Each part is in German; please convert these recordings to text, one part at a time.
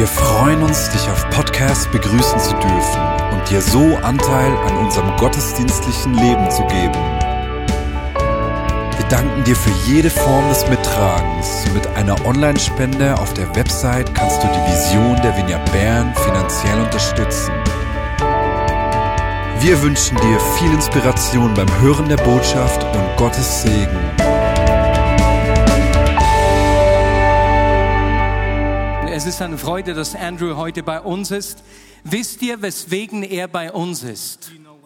Wir freuen uns, dich auf Podcast begrüßen zu dürfen und dir so Anteil an unserem gottesdienstlichen Leben zu geben. Wir danken dir für jede Form des Mittragens. Mit einer Online-Spende auf der Website kannst du die Vision der Vineyard Bern finanziell unterstützen. Wir wünschen dir viel Inspiration beim Hören der Botschaft und Gottes Segen. Es ist eine Freude, dass Andrew heute bei uns ist. Wisst ihr, weswegen er bei uns ist?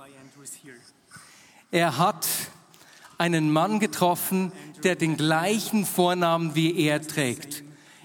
Er hat einen Mann getroffen, der den gleichen Vornamen wie er trägt.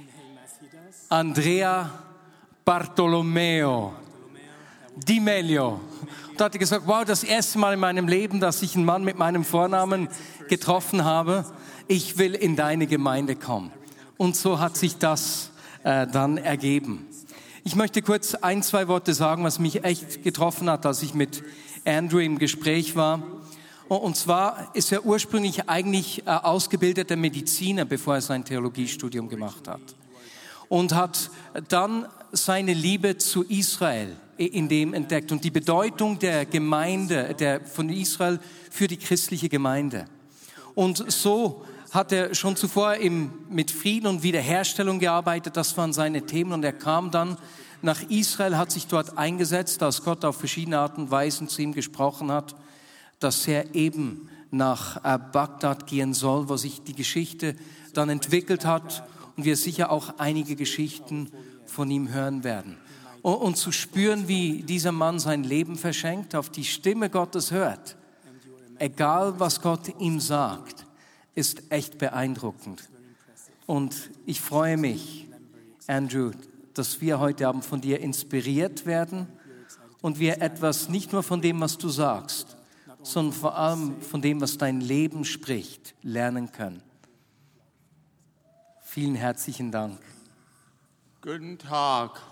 Andrea Bartolomeo Di Meglio. Und hat gesagt, wow, das erste Mal in meinem Leben, dass ich einen Mann mit meinem Vornamen getroffen habe. Ich will in deine Gemeinde kommen. Und so hat sich das dann ergeben. Ich möchte kurz 1-2 Worte sagen, was mich echt getroffen hat, als ich mit Andrew im Gespräch war. Und zwar ist er ursprünglich eigentlich ausgebildeter Mediziner, bevor er sein Theologiestudium gemacht hat. Und hat dann seine Liebe zu Israel in dem entdeckt und die Bedeutung der Gemeinde, von Israel für die christliche Gemeinde. Und so hat er schon zuvor mit Frieden und Wiederherstellung gearbeitet, das waren seine Themen. Und er kam dann nach Israel, hat sich dort eingesetzt, als Gott auf verschiedene Arten und Weisen zu ihm gesprochen hat, dass er eben nach Bagdad gehen soll, wo sich die Geschichte dann entwickelt hat und wir sicher auch einige Geschichten von ihm hören werden. Und zu spüren, wie dieser Mann sein Leben verschenkt, auf die Stimme Gottes hört, egal was Gott ihm sagt, ist echt beeindruckend. Und ich freue mich, Andrew, dass wir heute Abend von dir inspiriert werden und wir etwas nicht nur von dem, was du sagst, sondern vor allem von dem, was dein Leben spricht, lernen können. Vielen herzlichen Dank. Guten Tag.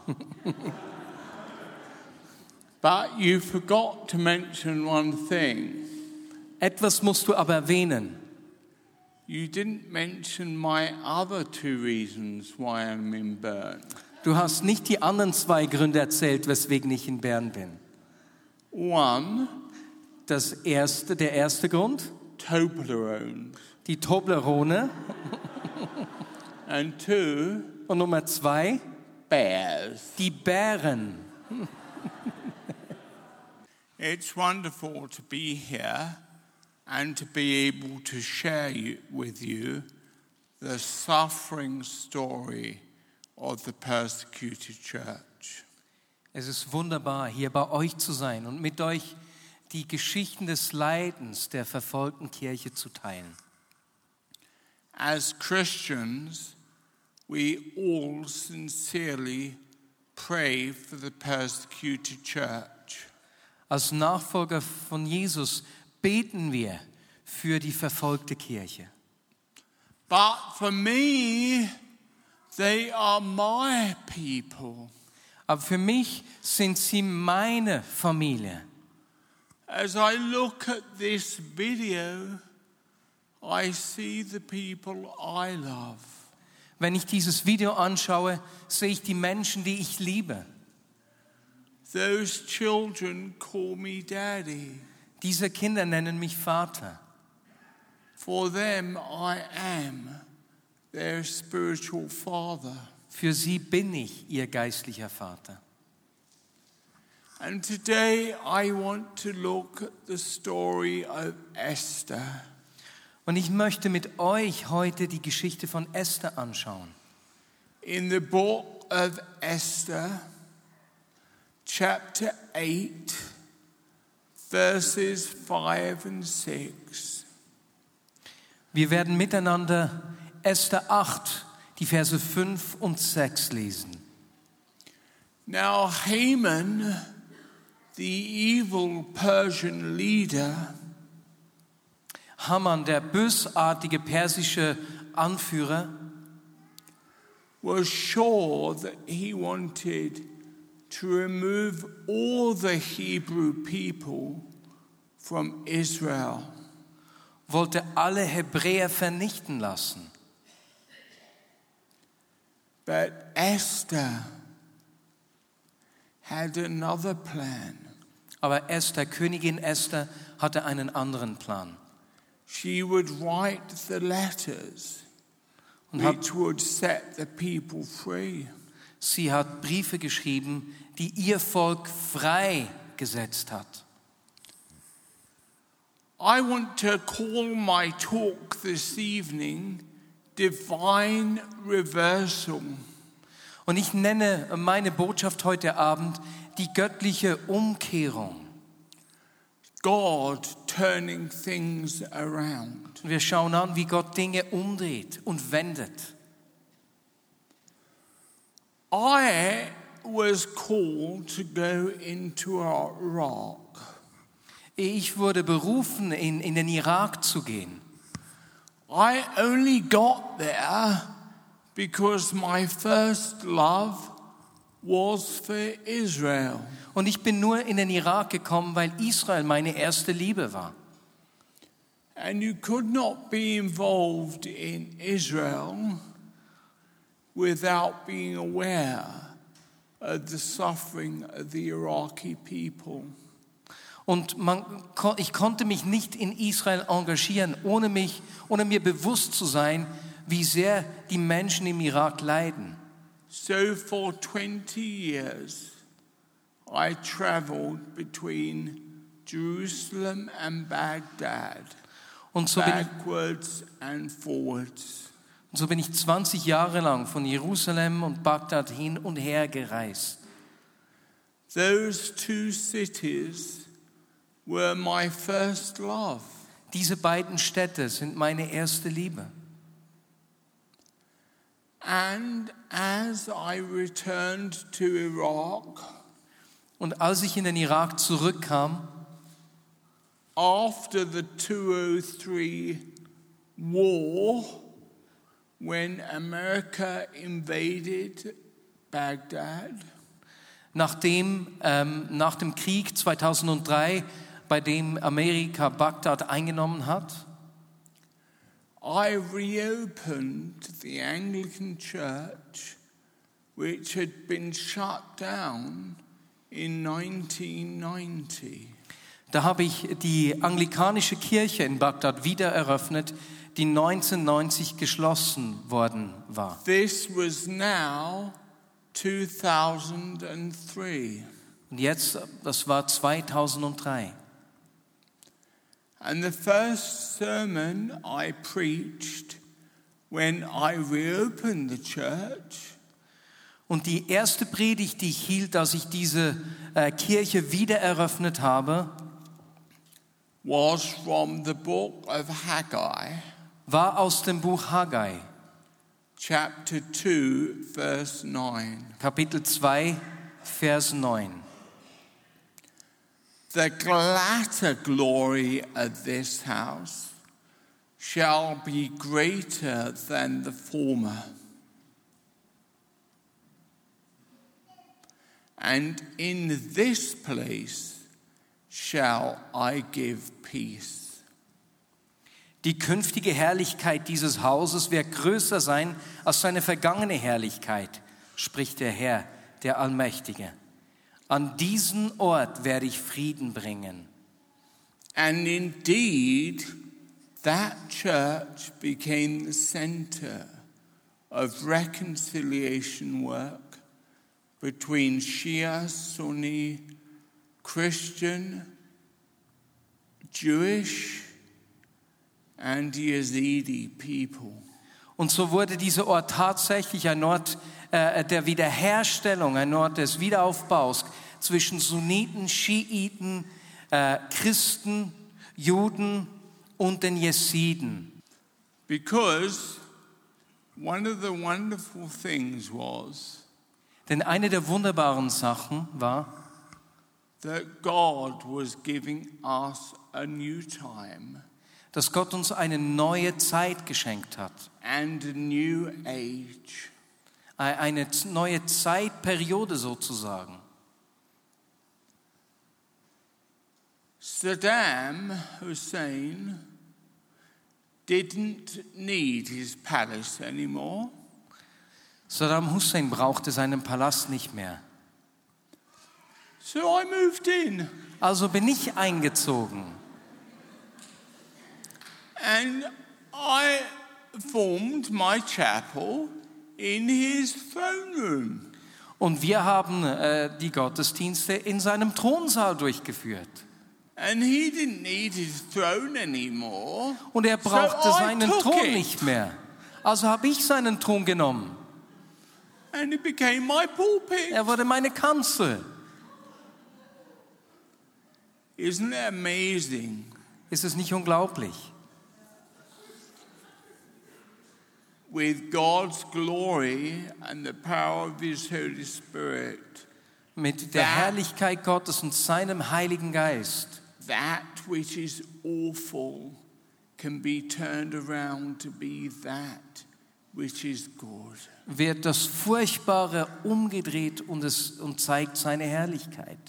But you forgot to mention one thing. Etwas musst du aber erwähnen. You didn't mention my other 2 reasons why I'm in Bern. Du hast nicht die anderen 2 Gründe erzählt, weswegen ich in Bern bin. One, der erste Grund, Toblerone. die Toblerone. And 2, Und Nummer 2, bears. die Bären. It's wonderful to be here and to be able to share with you the suffering story of the persecuted church. Es ist wunderbar, hier bei euch zu sein und mit euch die Geschichten des Leidens der verfolgten Kirche zu teilen. As Christians, we all sincerely pray for the persecuted church. Als Nachfolger von Jesus beten wir für die verfolgte Kirche. But for me, they are my people. Aber für mich sind sie meine Familie. As I look at this video, I see the people I love. Wenn ich dieses Video anschaue, sehe ich die Menschen, die ich liebe. Those children call me daddy. Diese Kinder nennen mich Vater. For them, I am their spiritual father. Für sie bin ich ihr geistlicher Vater. And today I want to look at the story of Esther. Und ich möchte mit euch heute die Geschichte von Esther anschauen. In the book of Esther, chapter 8, verses 5 and 6. Wir werden miteinander Esther 8, die Verse 5 und 6 lesen. Now Haman, the evil Persian leader, Haman, der bösartige persische Anführer, was sure that he wanted to remove all the Hebrew people from Israel. wollte alle Hebräer vernichten lassen. But Esther had another plan. Aber Esther, Königin Esther, hatte einen anderen Plan. She would write the letters which would set the people free. Sie hat Briefe geschrieben, die ihr Volk freigesetzt hat. I want to call my talk this evening Divine Reversal. Und ich nenne meine Botschaft heute Abend die göttliche Umkehrung. God turning things around. Wir schauen an, wie Gott Dinge umdreht und wendet. I was called to go into Iraq. Ich wurde berufen, in den Irak zu gehen. I only got there because my first love was for Israel. Und ich bin nur in den Irak gekommen, weil Israel meine erste Liebe war. And you could not be involved in Israel without being aware of the suffering of the Iraqi people. Und ich konnte mich nicht in Israel engagieren, ohne mir bewusst zu sein, wie sehr die Menschen im Irak leiden. So for 20 years, I traveled between Jerusalem and Baghdad, Und so backwards and forwards. bin ich 20 Jahre lang von Jerusalem und Bagdad hin und her gereist. Those two cities were my first love. Diese beiden Städte sind meine erste Liebe. And as I returned to Iraq, Und als ich in den Irak zurückkam, after the 203 war, when America invaded Baghdad, nach dem Krieg 2003, bei dem Amerika Bagdad eingenommen hat, I reopened the Anglican Church, which had been shut down in 1990. da habe ich die anglikanische Kirche in Bagdad wieder eröffnet, die 1990 geschlossen worden war. This was now 2003. Und jetzt, das war 2003. And the first sermon I preached when I reopened the church Und die erste Predigt, die ich hielt, als ich diese Kirche wieder eröffnet habe, was from the book of Haggai, war aus dem Buch Haggai, chapter 2, verse 9. Kapitel 2, Vers 9. The latter glory of this house shall be greater than the former. And in this place shall I give peace. Die künftige Herrlichkeit dieses Hauses wird größer sein als seine vergangene Herrlichkeit, spricht der Herr, der Allmächtige. An diesen Ort werde ich Frieden bringen. And indeed, that church became the center of reconciliation work between Shia, Sunni, Christian, Jewish and Yazidi people. Und so wurde dieser Ort tatsächlich ein Ort der Wiederherstellung, ein Ort des Wiederaufbaus zwischen Sunniten, Schiiten, Christen, Juden und den Jesiden. Because one of the wonderful things was Denn eine der wunderbaren Sachen war, that God was giving us a new time dass Gott uns eine neue Zeit geschenkt hat. and a new age. Eine neue Zeitperiode sozusagen. Saddam Hussein didn't need his palace anymore. Saddam Hussein brauchte seinen Palast nicht mehr. So I moved in. Also bin ich eingezogen. And I formed my chapel in his throne room. Und wir haben die Gottesdienste in seinem Thronsaal durchgeführt. And he didn't need his throne anymore. Und er brauchte So I seinen took Thron it. nicht mehr. Also habe ich seinen Thron genommen. And it became my pulpit. Er wurde meine Kanzel. Isn't it amazing? Ist es nicht unglaublich? With God's glory and the power of his Holy Spirit, Mit der Herrlichkeit Gottes und seinem Heiligen Geist. that which is awful can be turned around to be that which is good. Wird das Furchtbare umgedreht und zeigt seine Herrlichkeit.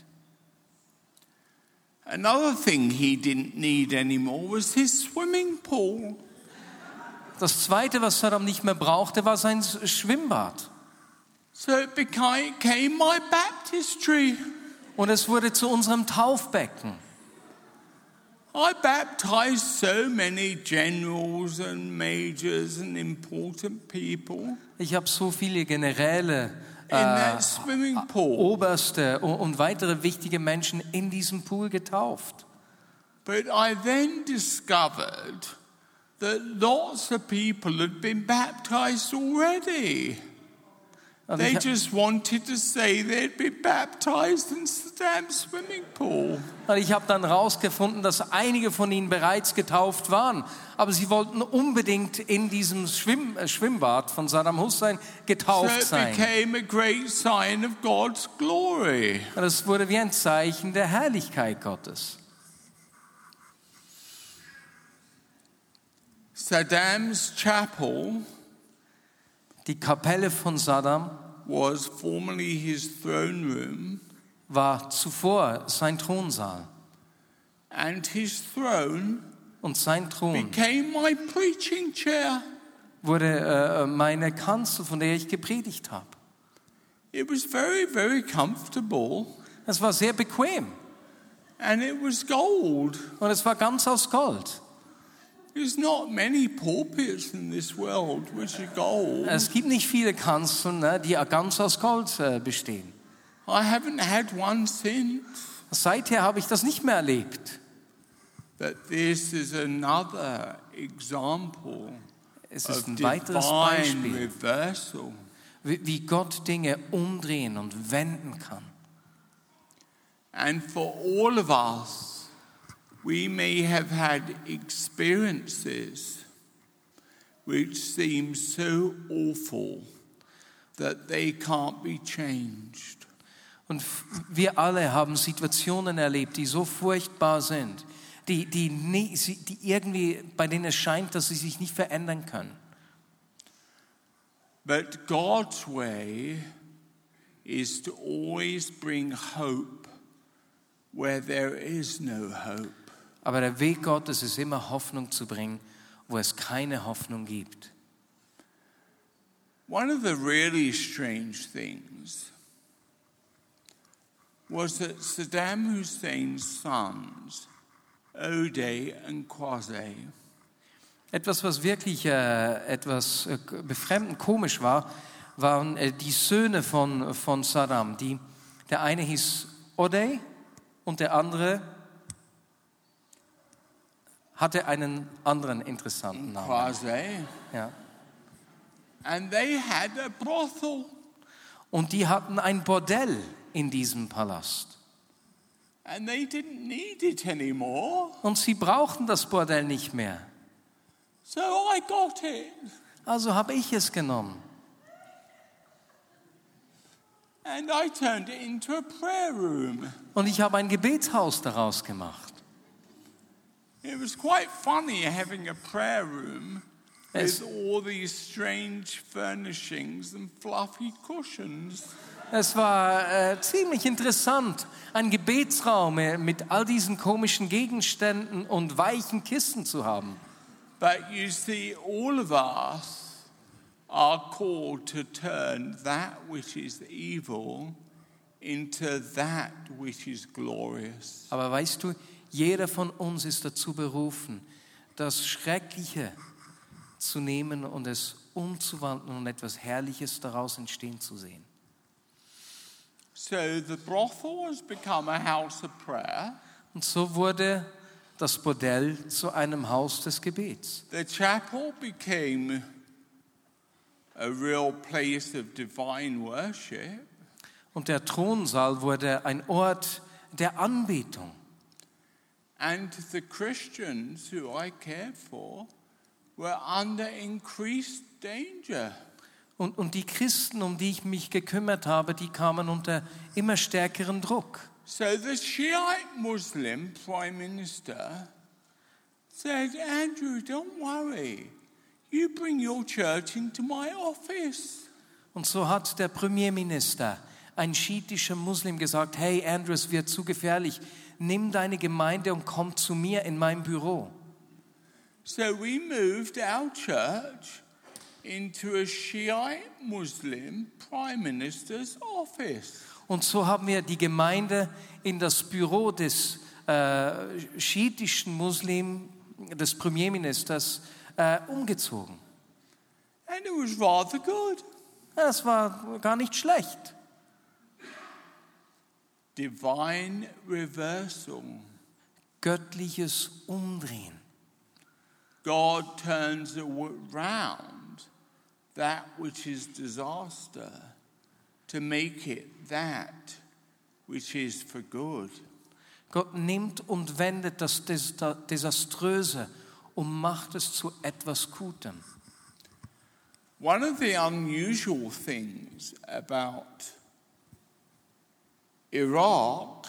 Another thing he didn't need anymore was his swimming pool. Das Zweite, was Saddam nicht mehr brauchte, war sein Schwimmbad. So it became my baptistry. Und es wurde zu unserem Taufbecken. I baptized so many generals and majors and important people Ich habe so viele Generäle, in that swimming pool. Oberste und weitere wichtige Menschen in diesem Pool getauft. But I then discovered that lots of people had been baptized already. Und They ich, just wanted to say they'd been baptized in Saddam's swimming pool. ich habe dann herausgefunden, dass einige von ihnen bereits getauft waren. Aber sie wollten unbedingt in diesem Schwimmbad von Saddam Hussein So getauft it sein. became a great sign of God's glory. Und es wurde wie ein Zeichen der Herrlichkeit Gottes. Saddam's chapel Die Kapelle von Saddam was formerly his throne room, war zuvor sein Thronsaal. and his throne Und sein Thron became my preaching chair. wurde meine Kanzel, von der ich gepredigt habe. It was very, very comfortable, Es war sehr bequem and it was gold. und es war ganz aus Gold. There's not many pulpits in this world which are gold. Es gibt nicht viele Kanzeln, ne, die ganz aus Gold bestehen. I haven't had one since. Seither habe ich das nicht mehr erlebt. But this is another example Es ist of ein weiteres divine Beispiel, reversal. wie Gott Dinge umdrehen und wenden kann. And for all of us, we may have had experiences which seem so awful that they can't be changed. Und wir alle haben Situationen erlebt, die so furchtbar sind, die irgendwie, bei denen es scheint, dass sie sich nicht verändern können. But God's way is to always bring hope where there is no hope. Aber der Weg Gottes ist immer Hoffnung zu bringen, wo es keine Hoffnung gibt. One of the really strange things was that Saddam Hussein's sons, Odeh and Qasem, Etwas, was wirklich etwas befremdend komisch war, waren die Söhne von Saddam. Der eine hieß Odeh und der andere hatte einen anderen interessanten Namen. Qasem, Ja. and they had a brothel. Und die hatten ein Bordell in diesem Palast. And they didn't need it anymore. Und sie brauchten das Bordell nicht mehr. So I got it. Also habe ich es genommen. And I turned it into a prayer room. Und ich habe ein Gebetshaus daraus gemacht. It was quite funny having a prayer room Es- with all these strange furnishings and fluffy cushions. Es war ziemlich interessant, ein Gebetsraum mit all diesen komischen Gegenständen und weichen Kissen zu haben. But you see, all of us are called to turn that which is evil into that which is glorious. Aber weißt du, jeder von uns ist dazu berufen, das Schreckliche zu nehmen und es umzuwandeln und etwas Herrliches daraus entstehen zu sehen. So the brothel has become a house of prayer. Und so wurde das Bordell zu einem Haus des Gebets. The chapel became a real place of divine worship. Und der Thronsaal wurde ein Ort der Anbetung. And the Christians who I cared for were under increased danger. Und die Christen, um die ich mich gekümmert habe, die kamen unter immer stärkeren Druck. So the Shiite Muslim Prime Minister said, Andrew, don't worry. You bring your church into my office. Und so hat der Premierminister, ein schiitischer Muslim, gesagt, hey Andrew, es wird zu gefährlich. Nimm deine Gemeinde und komm zu mir in mein Büro. So we moved our church into a Shiite Muslim Prime Minister's office. Und so haben wir die Gemeinde in das Büro des schiitischen Muslim, des Premierministers, umgezogen. And it was rather good. Das war gar nicht schlecht. Divine reversal. Göttliches Umdrehen. God turns around that which is disaster to make it that which is for good. Gott nimmt und wendet das Desaströse und macht es zu etwas Gutem. One of the unusual things about Iraq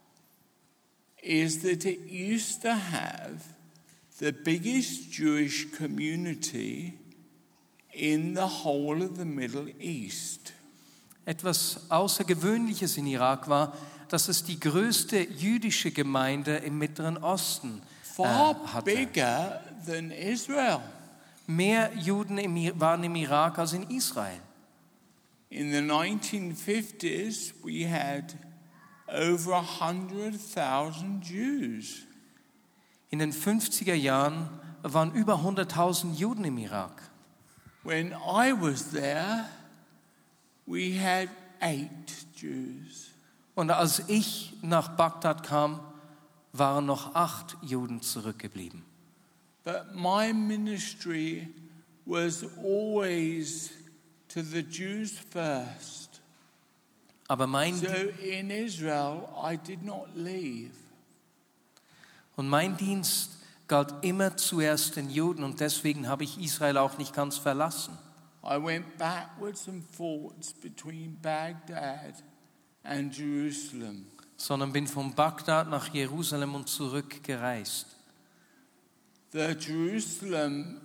is that it used to have the biggest Jewish community in the whole of the Middle East. Etwas Außergewöhnliches in Irak war, dass es die größte jüdische Gemeinde im Mittleren Osten Far hatte. bigger than Israel. Mehr Juden waren im Irak als in Israel. In the 1950s, we had over 100,000 Jews. In den 50er Jahren waren über 100.000 Juden im Irak. When I was there, we had 8 Jews. Und als ich nach Bagdad kam, waren noch 8 Juden zurückgeblieben. But my ministry was always to the Jews first. Aber So in Israel, I did not leave. mein Dienst galt immer zuerst den Juden und deswegen habe ich Israel auch nicht ganz verlassen. I went backwards and forwards between Baghdad and Jerusalem. Sondern bin von Bagdad nach Jerusalem und zurück gereist. The Jerusalem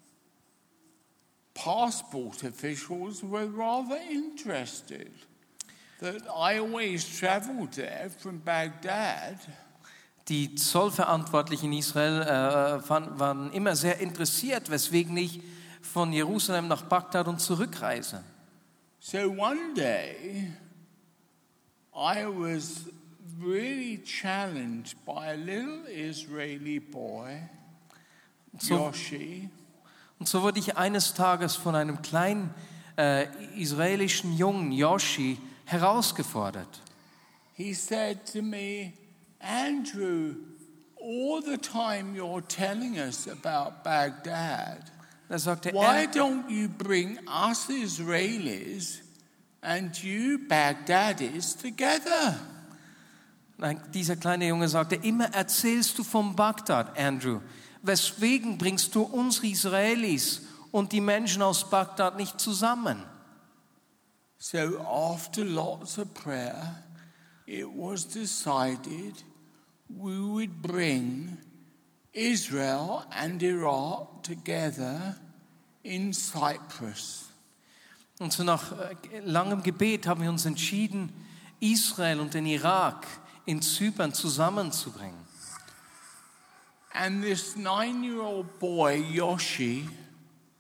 passport officials were rather interested that I always traveled there from Baghdad. Die Zollverantwortlichen in Israel waren immer sehr interessiert, weswegen ich von Jerusalem nach Bagdad und zurückreise. So one day I was really challenged by a little Israeli boy, Yoshi. Und so wurde ich eines Tages von einem kleinen israelischen Jungen, Yoshi, herausgefordert. He said to me, Andrew, all the time you're telling us about Baghdad, Er sagte, why don't you bring us Israelis and you Baghdadis together? Dieser kleine Junge sagte, immer erzählst du von Bagdad, Andrew. Weswegen bringst du uns Israelis und die Menschen aus Bagdad nicht zusammen? So after lots of prayer, it was decided we would bring Israel and Iraq together in Cyprus. Und so nach langem Gebet haben wir uns entschieden, Israel und den Irak in Zypern zusammenzubringen. And this 9-year-old boy, Yoshi,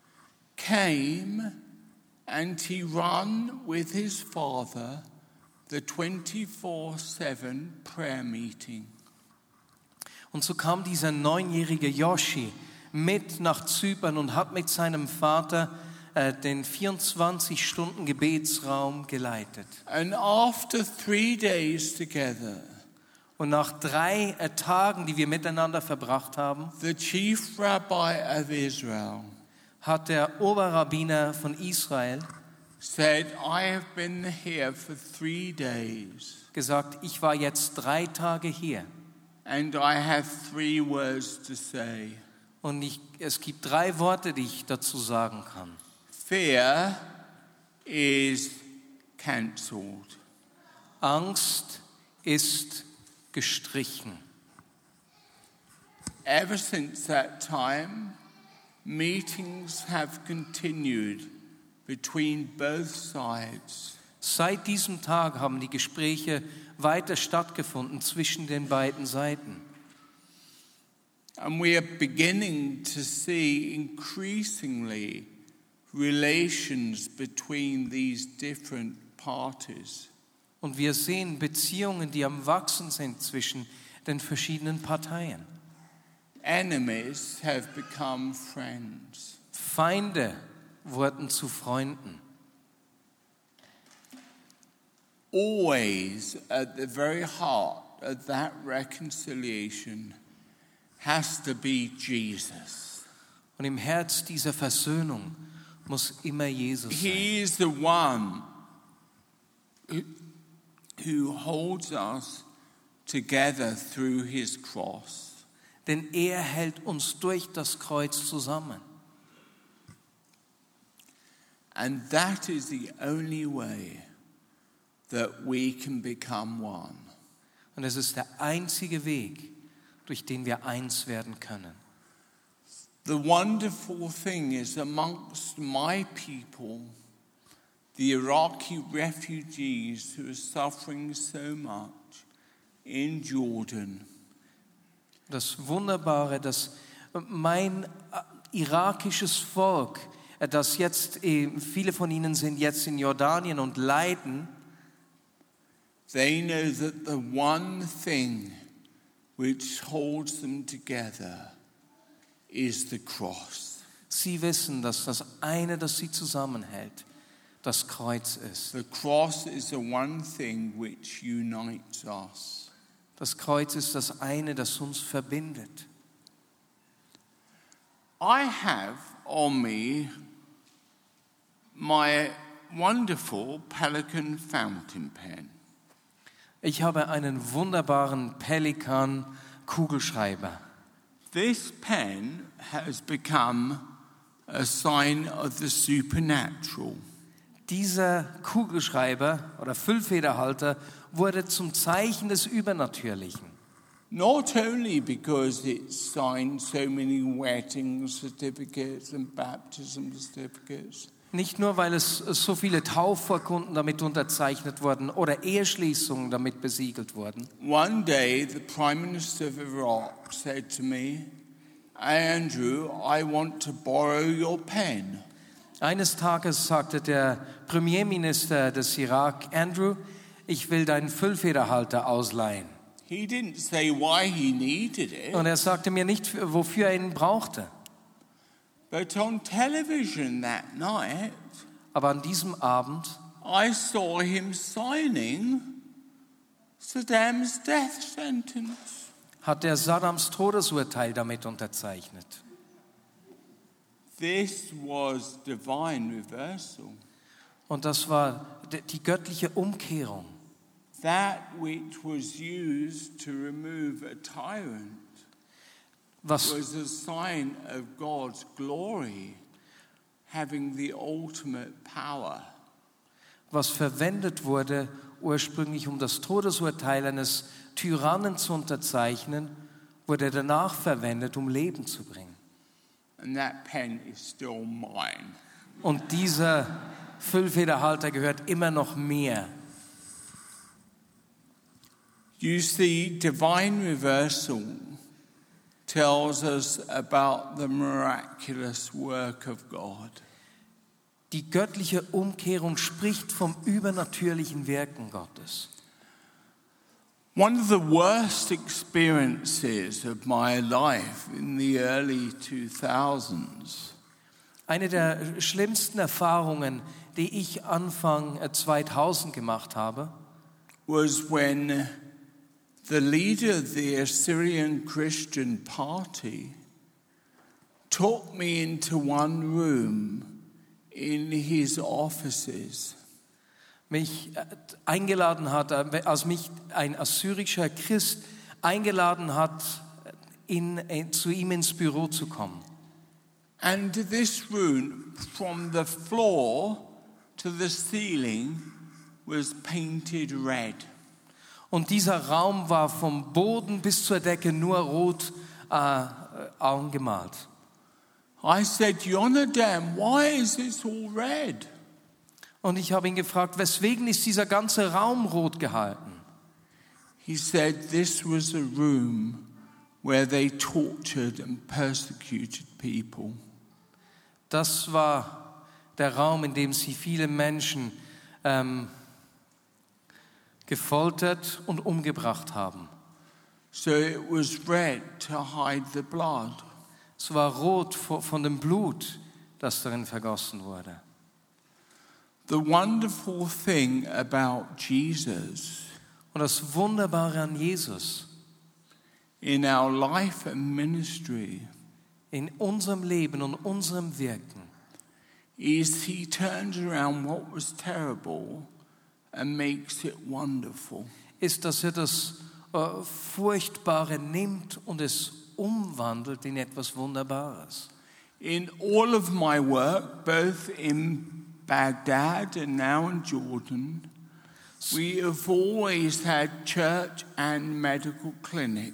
came and he ran with his father the 24/7 prayer meeting. Und so kam dieser 9-jährige Yoshi mit nach Zypern und hat mit seinem Vater den 24-Stunden-Gebetsraum geleitet. And after 3 days together, Und nach 3 Tagen, die wir miteinander verbracht haben, the chief rabbi of Israel hat der Oberrabbiner von Israel said, I have been here for 3 days, gesagt, ich war jetzt 3 Tage hier and I have 3 words to say. und es gibt 3 Worte, die ich dazu sagen kann. Fear is cancelled. Angst ist gestrichen. Ever since that time, meetings have continued between both sides. Seit diesem Tag haben die Gespräche weiter stattgefunden zwischen den beiden Seiten. And we are beginning to see increasingly relations between these different parties. Und wir sehen Beziehungen, die am Wachsen sind zwischen den verschiedenen Parteien. Enemies have become friends. Feinde wurden zu Freunden. Always at the very heart of that reconciliation has to be Jesus. Und im Herz dieser Versöhnung muss immer Jesus sein. He is the one who holds us together through his cross. Denn er hält uns durch das Kreuz zusammen. And that is the only way that we can become one. Und es ist der einzige Weg, durch den wir eins werden können. The wonderful thing is, amongst my people, the Iraqi refugees who are suffering so much in Jordan, Das Wunderbare, dass mein irakisches Volk, das jetzt, viele von ihnen sind jetzt in Jordanien und leiden, they know that the one thing which holds them together is the cross. sie wissen, dass das eine, das sie zusammenhält, das Kreuz ist. The cross is the one thing which unites us. Das Kreuz ist das eine, das uns verbindet. I have on me my wonderful Pelican fountain pen. Ich habe einen wunderbaren Pelikan Kugelschreiber. This pen has become a sign of the supernatural. Dieser Kugelschreiber oder Füllfederhalter wurde zum Zeichen des Übernatürlichen. Not only because it signed so many wedding certificates and baptism certificates, Nicht nur, weil es so viele Taufurkunden damit unterzeichnet wurden oder Eheschließungen damit besiegelt wurden. one day the Prime Minister of Iraq said to me, Andrew, I want to borrow your pen. Eines Tages sagte der Premierminister des Irak, Andrew, ich will deinen Füllfederhalter ausleihen. He didn't say why he needed it, Und er sagte mir nicht, wofür er ihn brauchte. but on television that night, Aber an diesem Abend I saw him signing Saddam's death sentence. hat er Saddams Todesurteil damit unterzeichnet. This was divine reversal. Und das war die göttliche Umkehrung. That which was used to remove a tyrant Was, was a sign of God's glory having the ultimate power. was verwendet wurde ursprünglich, um das Todesurteil eines Tyrannen zu unterzeichnen, wurde danach verwendet, um Leben zu bringen. And that pen is still mine. Und dieser Füllfederhalter gehört immer noch mir. You see, divine reversal tells us about the miraculous work of God. Die göttliche Umkehrung spricht vom übernatürlichen Wirken Gottes. One of the worst experiences of my life in the early 2000s Eine der schlimmsten Erfahrungen, die ich Anfang 2000 gemacht habe, was when the leader of the Assyrian Christian Party took me into one room in his offices. mich eingeladen hat, als mich ein assyrischer Christ eingeladen hat, zu ihm ins Büro zu kommen. And this room, from the floor to the ceiling, was painted red. Und dieser Raum war vom Boden bis zur Decke nur rot angemalt. I said, Jonadab, why is this all red? Und ich habe ihn gefragt, weswegen ist dieser ganze Raum rot gehalten? He said this was a room where they tortured and persecuted people. Das war der Raum, in dem sie viele Menschen gefoltert und umgebracht haben. So it was red to hide the blood. Es war rot von dem Blut, das darin vergossen wurde. The wonderful thing about Jesus Und das Wunderbare an Jesus in our life and ministry in unserem Leben und unserem Wirken is he turns around what was terrible and makes it wonderful. ist, dass er das Furchtbare nimmt und es umwandelt in etwas Wunderbares. In all of my work, both in Baghdad and now in Jordan, we have always had church and medical clinic.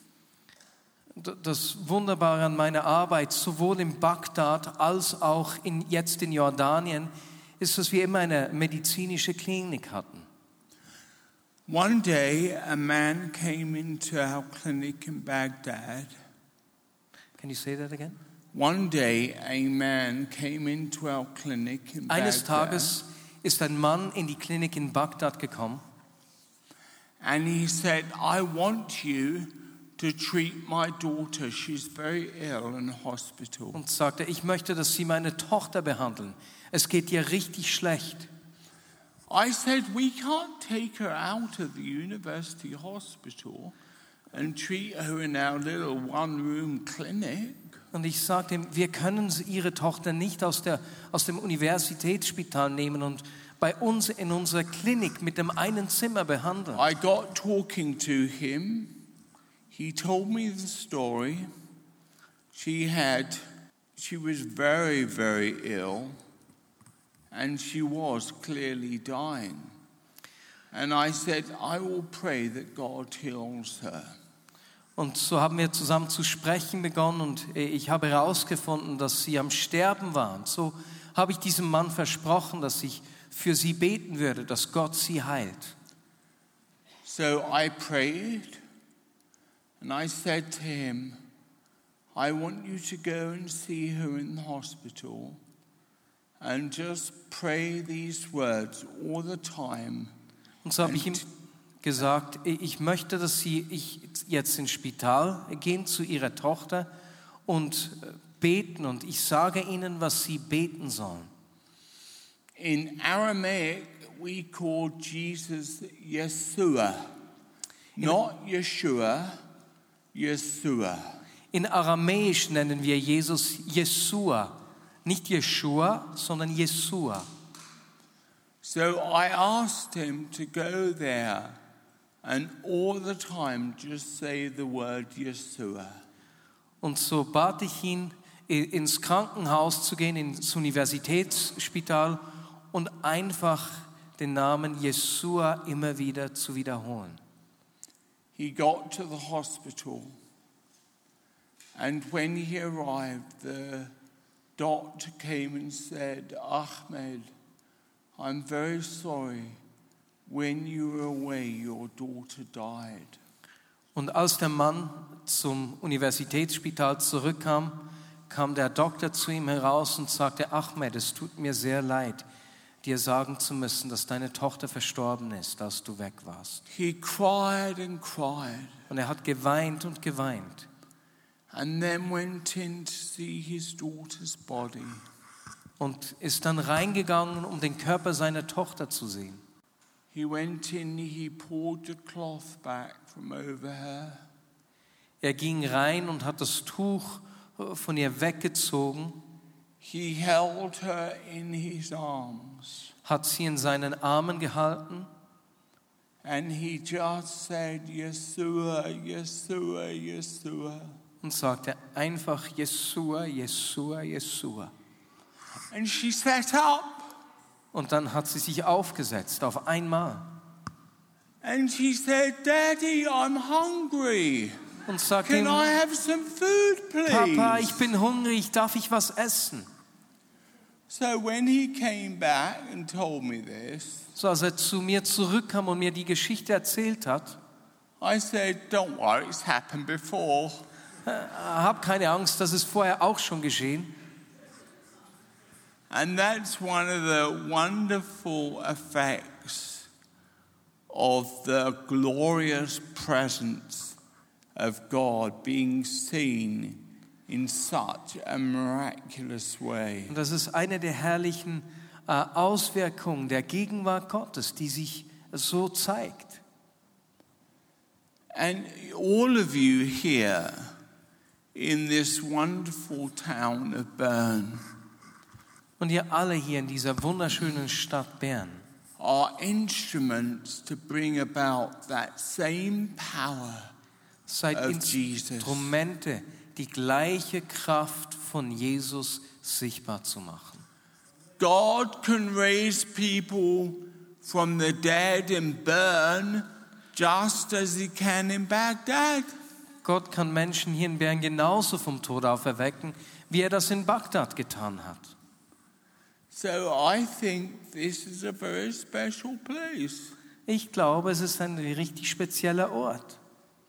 Das Wunderbare an meiner Arbeit, sowohl in Bagdad als auch jetzt in Jordanien, ist, dass wir immer eine medizinische Klinik hatten. One day, a man came into our clinic in Baghdad. Can you say that again? One day, a man came into our clinic in Eines Baghdad, Tages ist ein Mann in die Klinik in Bagdad gekommen and he said, I want you to treat my daughter. She's very ill in hospital. und sagte, ich möchte, dass Sie meine Tochter behandeln. Es geht ihr richtig schlecht. I said, we can't take her out of the university hospital and treat her in our little one-room clinic. Und ich sagte ihm, wir können Ihre Tochter nicht aus dem Universitätsspital nehmen und bei uns in unserer Klinik mit dem einen Zimmer behandeln. I got talking to him. He told me the story. She was very, very ill, and she was clearly dying. And I said, I will pray that God heals her. Und so haben wir zusammen zu sprechen begonnen und ich habe herausgefunden, dass sie am Sterben waren. So habe ich diesem Mann versprochen, dass ich für sie beten würde, dass Gott sie heilt. So I prayed, and I said to him, I want you to go and see her in the hospital and just pray these words all the time. Und so habe ich ihm gesagt, ich möchte, dass Sie jetzt ins Spital gehen zu Ihrer Tochter und beten und ich sage Ihnen, was Sie beten sollen. In Aramaic, we call Jesus Yeshua, not Yeshua, Yeshua. In Aramäisch nennen wir Jesus Jesua, nicht Jeshua, sondern Jesua. So I asked him to go there and all the time just say the word Yeshua. Und so bat ich ihn, ins Krankenhaus zu gehen, ins Universitätsspital und einfach den Namen Jesua immer wieder zu wiederholen. He got to the hospital, and when he arrived, the doctor came and said, Ahmed, I'm very sorry. When you were away, your daughter died. Und als der Mann zum Universitätsspital zurückkam, kam der Doktor zu ihm heraus und sagte, Ahmed, es tut mir sehr leid, dir sagen zu müssen, dass deine Tochter verstorben ist, als du weg warst. He cried and cried, Und er hat geweint und geweint. and then went in to see his daughter's body. Und ist dann reingegangen, um den Körper seiner Tochter zu sehen. He went in, he pulled the cloth back from over her. Er ging rein und hat das Tuch von ihr weggezogen, He held her in his arms, hat sie in seinen Armen gehalten and he just said, Yeshua, Yeshua, Yeshua. und sagte einfach Jesua, Jesua, Jesua. And she sat up, Und dann hat sie sich aufgesetzt, auf einmal. and she said, Daddy, I'm hungry. Und sagte Can ihm, I have some food, please? Papa, ich bin hungrig, darf ich was essen? So when he came back and told me this, So als er zu mir zurückkam und mir die Geschichte erzählt hat, I said, don't worry, it's happened before. hab keine Angst, das ist vorher auch schon geschehen. And that's one of the wonderful effects of the glorious presence of God being seen in such a miraculous way. Und das ist eine der herrlichen Auswirkungen der Gegenwart Gottes, die sich so zeigt. And all of you here in this wonderful town of Bern Und ihr alle hier in dieser wunderschönen Stadt Bern are instruments to bring about that same power seid of Jesus. Instrumente, die gleiche Kraft von Jesus sichtbar zu machen. God can raise people from the dead in Bern just as he can in Baghdad. Gott kann Menschen hier in Bern genauso vom Tod auferwecken, wie er das in Bagdad getan hat. So I think this is a very special place. Ich glaube, es ist ein richtig spezieller Ort.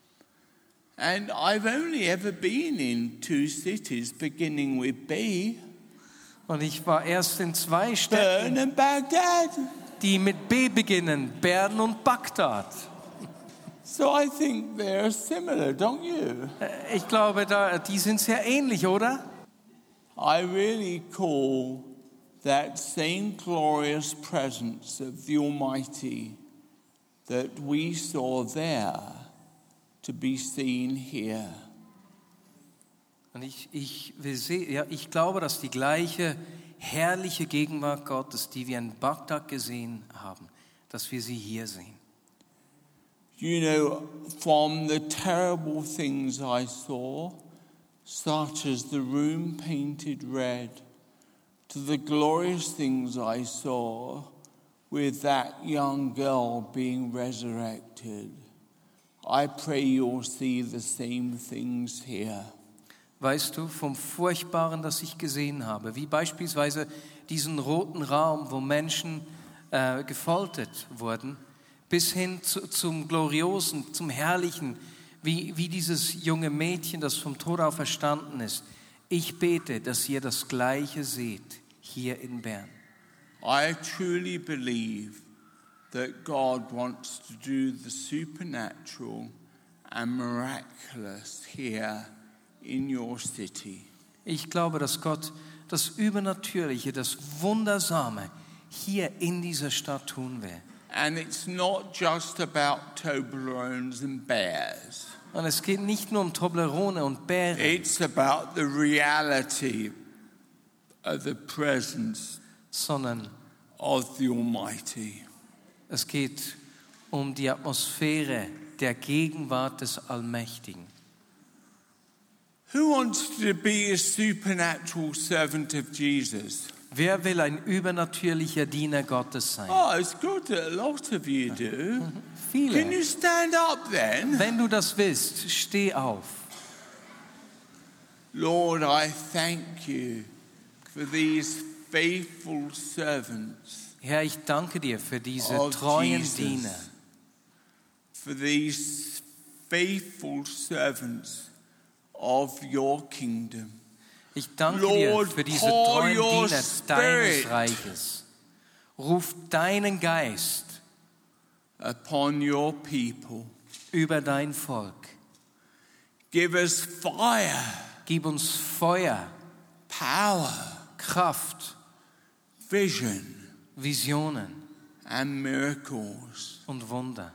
And I've only ever been in two cities beginning with B, Und ich war erst in 2 Bern Städten, and Baghdad. die mit B beginnen, Bern und Bagdad. So I think they're similar, don't you? Ich glaube, die sind sehr ähnlich, oder? I really call that same glorious presence of the Almighty that we saw there to be seen here. Und ich glaube, dass die gleiche herrliche Gegenwart Gottes, die wir in Bagdad gesehen haben, dass wir sie hier sehen. You know, from the terrible things I saw, such as the room painted red, to the glorious things I saw with that young girl being resurrected, I pray you'll see the same things here. Weißt du, vom Furchtbaren, das ich gesehen habe, wie beispielsweise diesen roten Raum, wo Menschen gefoltert wurden, bis hin zum Gloriosen, zum Herrlichen, wie dieses junge Mädchen, das vom Tod auferstanden ist. Ich bete, dass ihr das Gleiche seht hier in Bern. I truly believe that God wants to do the supernatural and miraculous here in your city. Ich glaube, dass Gott das Übernatürliche, das Wundersame hier in dieser Stadt tun will. And it's not just about Toblerones and bears. Und es geht nicht nur um Toblerone und Bären, It's about the reality of the presence sondern of the Almighty. es geht um die Atmosphäre der Gegenwart des Allmächtigen. Who wants to be a supernatural servant of Jesus? Wer will ein übernatürlicher Diener Gottes sein? Oh, it's good that a lot of you do. Can Viele. you stand up then? Wenn du das willst, steh auf. Lord, I thank you for these faithful servants Herr, ich danke dir für diese of treuen Jesus, Diener, for these faithful servants of your kingdom. Ich danke dir Lord, für diese pour treuen your Diener Spirit deines Reiches. Ruf deinen Geist upon your people. über dein Volk. Give us fire, Gib uns Feuer, power, Kraft, vision, Visionen and miracles. und Wunder.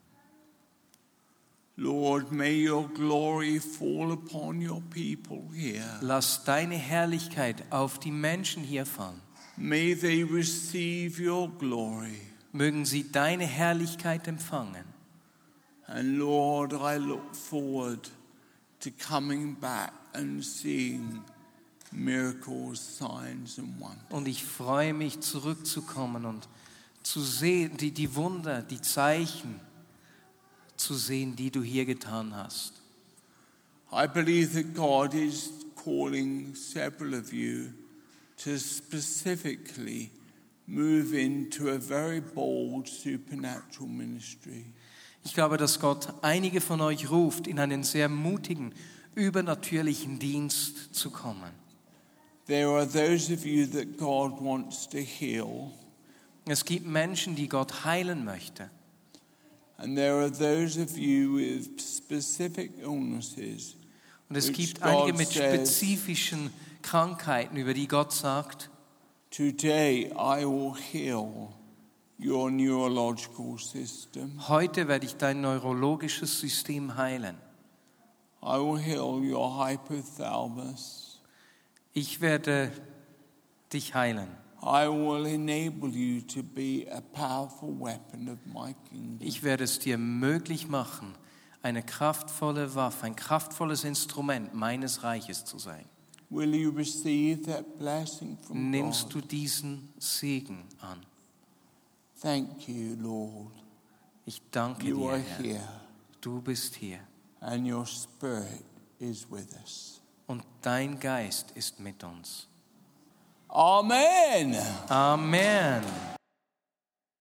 Lord, may your glory fall upon your people here. Lass deine Herrlichkeit auf die Menschen hier fallen. May they receive your glory. Mögen sie deine Herrlichkeit empfangen. And Lord, I look forward to coming back and seeing miracles, signs and wonders. Und ich freue mich, zurückzukommen und zu sehen, die Wunder, die Zeichen zu sehen, die du hier getan hast. I believe that God is calling several of you to specifically move into a very bold supernatural ministry. Ich glaube, dass Gott einige von euch ruft, in einen sehr mutigen, übernatürlichen Dienst zu kommen. There are those of you that God wants to heal, Es gibt Menschen, die Gott heilen möchte. and there are those of you with specific illnesses. Und es which gibt God einige mit says, spezifischen Krankheiten, über die Gott sagt, Today I will heal your neurological system. heute werde ich dein neurologisches System heilen. I will heal your hypothalamus. Ich werde dich heilen. I will enable you to be a powerful weapon of my kingdom. Ich werde es dir möglich machen, eine kraftvolle Waffe, ein kraftvolles Instrument meines Reiches zu sein. Will you receive that blessing from Nimmst du God? diesen Segen an? Thank you, Lord. Ich danke You dir, are Herr. here, Du bist hier and your Spirit is with us. und dein Geist ist mit uns. Amen. Amen.